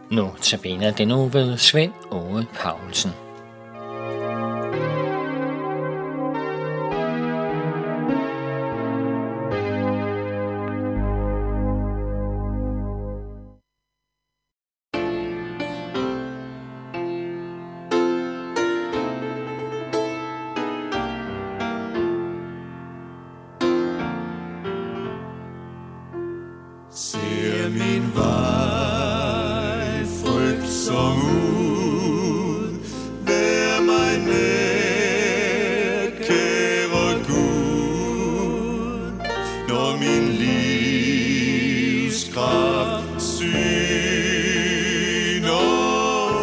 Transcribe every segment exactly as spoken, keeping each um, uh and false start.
Nu tabiner det nu ved Svend Åge Paulsen. Ser min vej frygtsom ud, vær mig nær, kære Gud, når min livskraft syner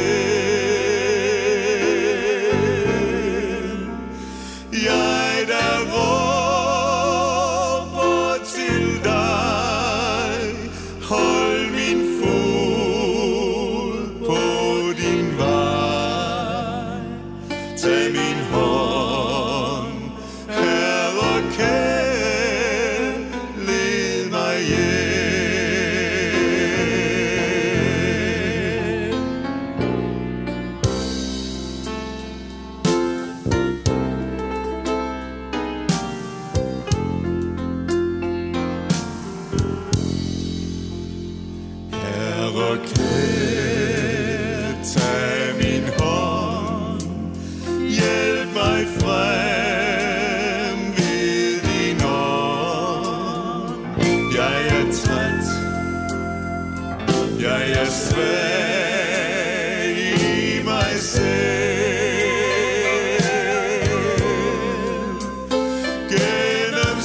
hen. Jeg der råber til dig, hold min fod på din vej. Tag min hånd, Herre kær, led mig hjem. Herre kær, tag min hånd, hjælp mig frem ved din ånd. Jeg er træt, jeg er svag i mig selv. Gennem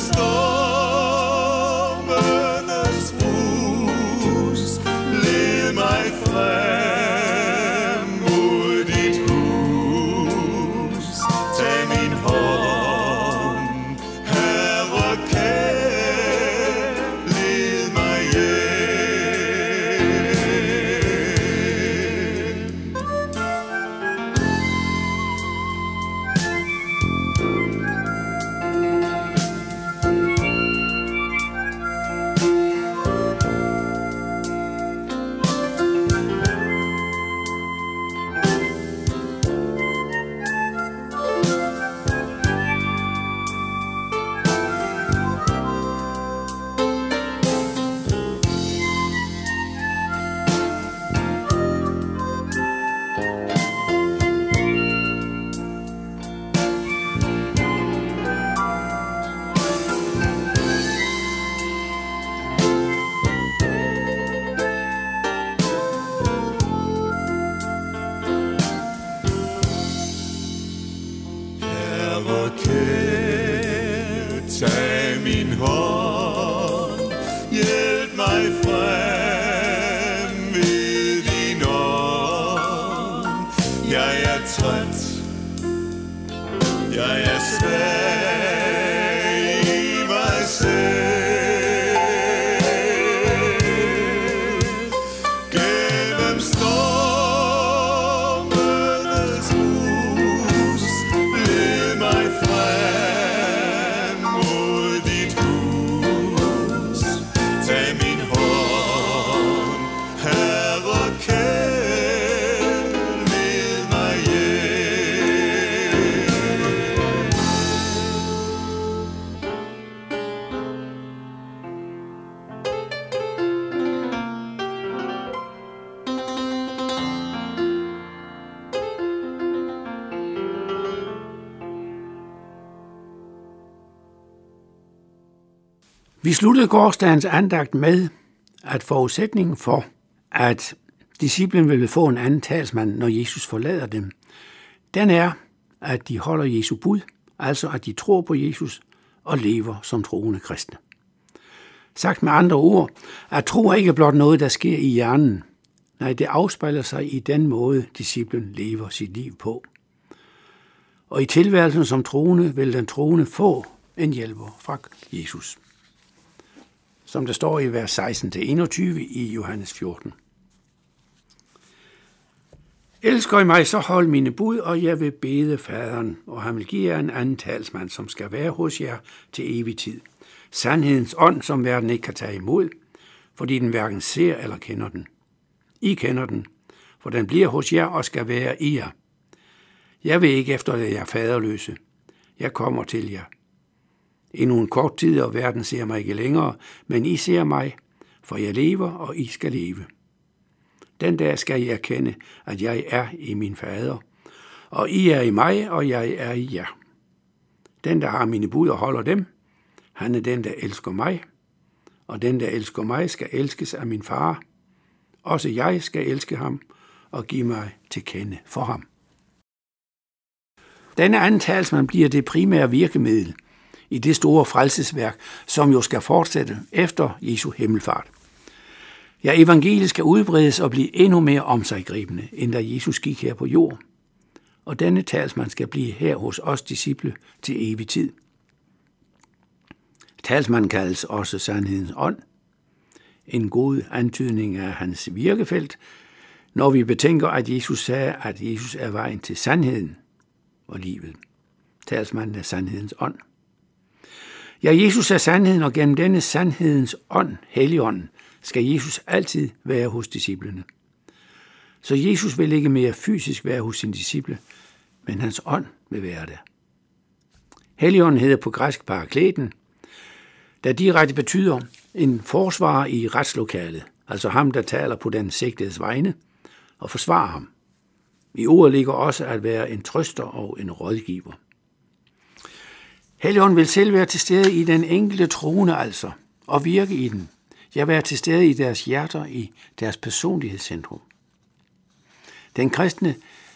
stormenes brus, led mig frem mod dit hus. Tag min hånd, Herre kær, led mig hjem. Herre kær, tag min hånd, hjælp mig frem ved din ånd. Jeg er træt, jeg er svag i mig selv. Gennem stormenes brus, led mig frem mod dit hus. Tag min hånd, Herre kær, led mig hjem. Vi sluttede gårsdagens andagt med, at forudsætningen for, at disciplen ville få en anden talsmand, når Jesus forlader dem, den er, at de holder Jesu bud, altså at de tror på Jesus og lever som troende kristne. Sagt med andre ord, at tro er ikke blot noget, der sker i hjernen. Nej, det afspejler sig i den måde, disciplen lever sit liv på. Og i tilværelsen som troende vil den troende få en hjælper fra Jesus. Som der står i vers seksten til enogtyve i Johannes fjorten. Elsker I mig, så hold mine bud, og jeg vil bede faderen, og han vil give jer en anden talsmand, som skal være hos jer til evig tid. Sandhedens ånd, som verden ikke kan tage imod, fordi den hverken ser eller kender den. I kender den, for den bliver hos jer og skal være i jer. Jeg vil ikke efterlade jer faderløse. Jeg kommer til jer. Endnu en kort tid, og verden ser mig ikke længere, men I ser mig, for jeg lever, og I skal leve. Den dag skal I erkende, at jeg er i min fader, og I er i mig, og jeg er i jer. Den, der har mine bud og holder dem, han er den, der elsker mig, og den, der elsker mig, skal elskes af min far. Også jeg skal elske ham og give mig til kende for ham. Denne anden talsmand bliver det primære virkemiddel i det store frelsesværk, som jo skal fortsætte efter Jesu himmelfart. Ja, evangeliet skal udbredes og blive endnu mere omsiggribende, end da Jesus gik her på jord. Og denne talsmand skal blive her hos os disciple til evig tid. Talsmanden kaldes også sandhedens ånd, en god antydning af hans virkefelt, når vi betænker, at Jesus sagde, at Jesus er vejen til sandheden og livet. Talsmanden er sandhedens ånd. Ja, Jesus er sandheden, og gennem denne sandhedens ånd, Helligånden, skal Jesus altid være hos disciplene. Så Jesus vil ikke mere fysisk være hos sine disciple, men hans ånd vil være der. Helligånden hedder på græsk parakleten, der direkte betyder en forsvarer i retslokalet, altså ham, der taler på den sigtedes vegne og forsvarer ham. I ordet ligger også at være en trøster og en rådgiver. Helligånden vil selv være til stede i den enkelte troende altså, og virke i den. Jeg være til stede i deres hjerter, i deres personlighedscentrum. Den kristne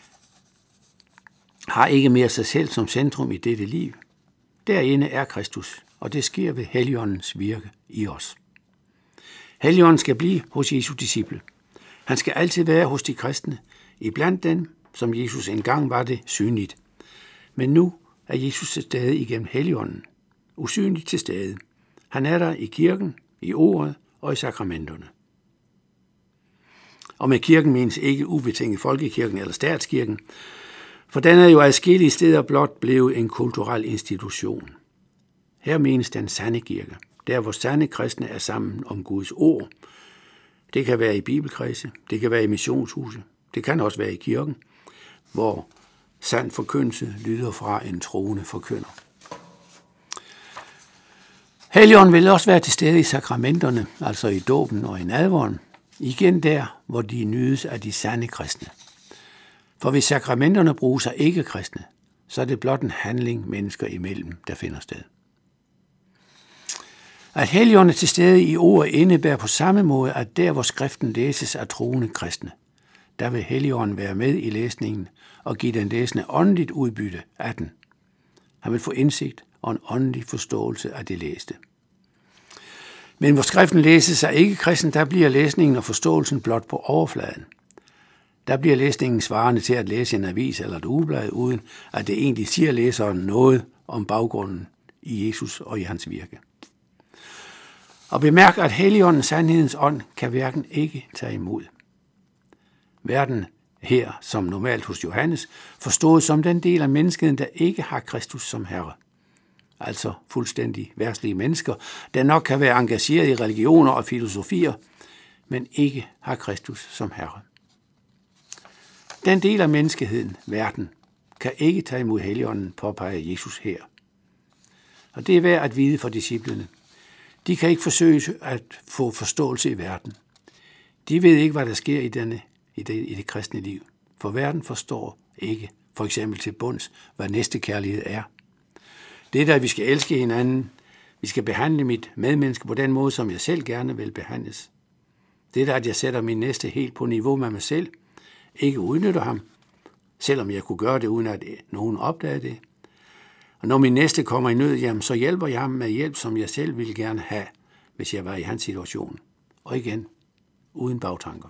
har ikke mere sig selv som centrum i dette liv. Derinde er Kristus, og det sker ved Helligåndens virke i os. Helligånden skal blive hos Jesu disciple. Han skal altid være hos de kristne, iblandt dem, som Jesus engang var det, synligt. Men nu er Jesus til stede igennem Helligånden, usynligt til stede. Han er der i kirken, i ordet og i sakramenterne. Og med kirken menes ikke ubetinget folkekirken eller statskirken, for den er jo adskillige steder blot blevet en kulturel institution. Her menes den sande kirke, der hvor sande kristne er sammen om Guds ord. Det kan være i bibelkredse, det kan være i missionshuse, det kan også være i kirken, hvor sand forkyndelse lyder fra en troende forkynder. Helligånden vil også være til stede i sakramenterne, altså i dåben og i nadveren, igen der, hvor de nydes af de sande kristne. For hvis sakramenterne bruges af ikke-kristne, så er det blot en handling mennesker imellem, der finder sted. At Helligånden er til stede i ordet indebærer på samme måde, at der, hvor skriften læses af troende kristne, der vil Helligånden være med i læsningen og give den læsende åndeligt udbytte af den. Han vil få indsigt og en åndelig forståelse af det læste. Men hvor skriften læses af ikke-kristen, der bliver læsningen og forståelsen blot på overfladen. Der bliver læsningen svarende til at læse en avis eller et ugeblad, uden at det egentlig siger læseren noget om baggrunden i Jesus og i hans virke. Og bemærk, at Helligåndens sandhedens ånd kan hverken ikke tage imod. Verden her, som normalt hos Johannes, forstået som den del af menneskeheden, der ikke har Kristus som herre. Altså fuldstændig verdslige mennesker, der nok kan være engageret i religioner og filosofier, men ikke har Kristus som herre. Den del af menneskeheden, verden, kan ikke tage imod Helligånden, påpeger Jesus her. Og det er værd at vide for disciplene. De kan ikke forsøge at få forståelse i verden. De ved ikke, hvad der sker i, denne, i, det, i det kristne liv. For verden forstår ikke, for eksempel til bunds, hvad næstekærlighed er. Det er der, at vi skal elske hinanden. Vi skal behandle mit medmenneske på den måde, som jeg selv gerne vil behandles. Det er der, at jeg sætter min næste helt på niveau med mig selv. Ikke udnytter ham, selvom jeg kunne gøre det, uden at nogen opdager det. Og når min næste kommer i nød, jamen, så hjælper jeg ham med hjælp, som jeg selv ville gerne have, hvis jeg var i hans situation. Og igen, uden bagtanker.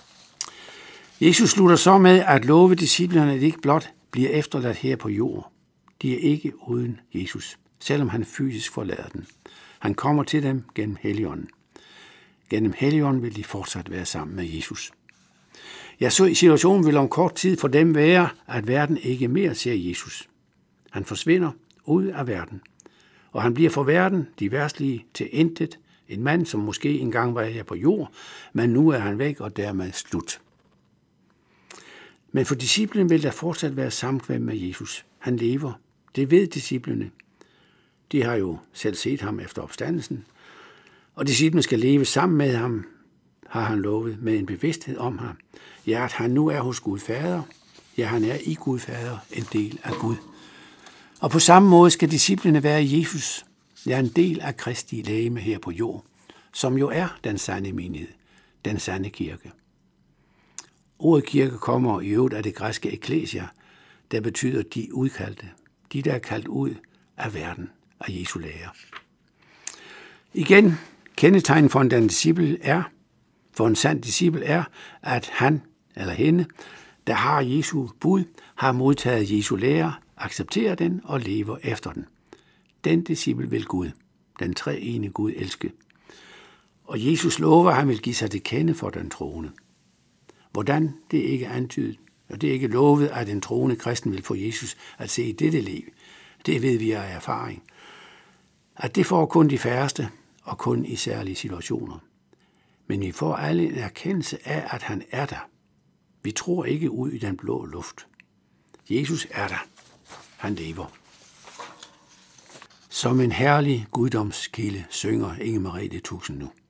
Jesus slutter så med at love disciplerne, at det ikke blot bliver efterladt her på jorden. De er ikke uden Jesus, selvom han fysisk forlader den. Han kommer til dem gennem Helligånden. Gennem Helligånden vil de fortsat være sammen med Jesus. Ja, så i situationen vil om kort tid for dem være, at verden ikke mere ser Jesus. Han forsvinder ud af verden, og han bliver for verden, de verdslige, til intet, En mand, som måske engang var her på jord, men nu er han væk, og dermed slut. Men for disciplene vil der fortsat være samkvem med Jesus. Han lever. Det ved disciplene. De har jo selv set ham efter opstandelsen. Og disciplene skal leve sammen med ham, har han lovet, med en bevidsthed om ham. Ja, at han nu er hos Gud Fader. Ja, han er i Gud Fader, en del af Gud. Og på samme måde skal disciplene være i Jesus. Ja, en del af Kristi legeme her på jord, som jo er den sande menighed, den sande kirke. Ordet kirke kommer i øvrigt af det græske ekklesia, der betyder de udkaldte, de der er kaldt ud af verden, af Jesu lære. Igen, kendetegn for en den disciple er, for en sand disciple er, at han eller hende, der har Jesu bud, har modtaget Jesu lære, accepterer den og lever efter den. Den disciple vil Gud, den treenige Gud elske. Og Jesus lover, at han vil give sig til kende for den troende. Hvordan, det er ikke antydet, og det er ikke lovet, at en troende kristen vil få Jesus at se i dette liv. Det ved vi af erfaring. At det får kun de færreste, og kun i særlige situationer. Men vi får alle en erkendelse af, at han er der. Vi tror ikke ud i den blå luft. Jesus er der. Han lever. Som en herlig guddomskilde synger Inge Merete Tuxen nu.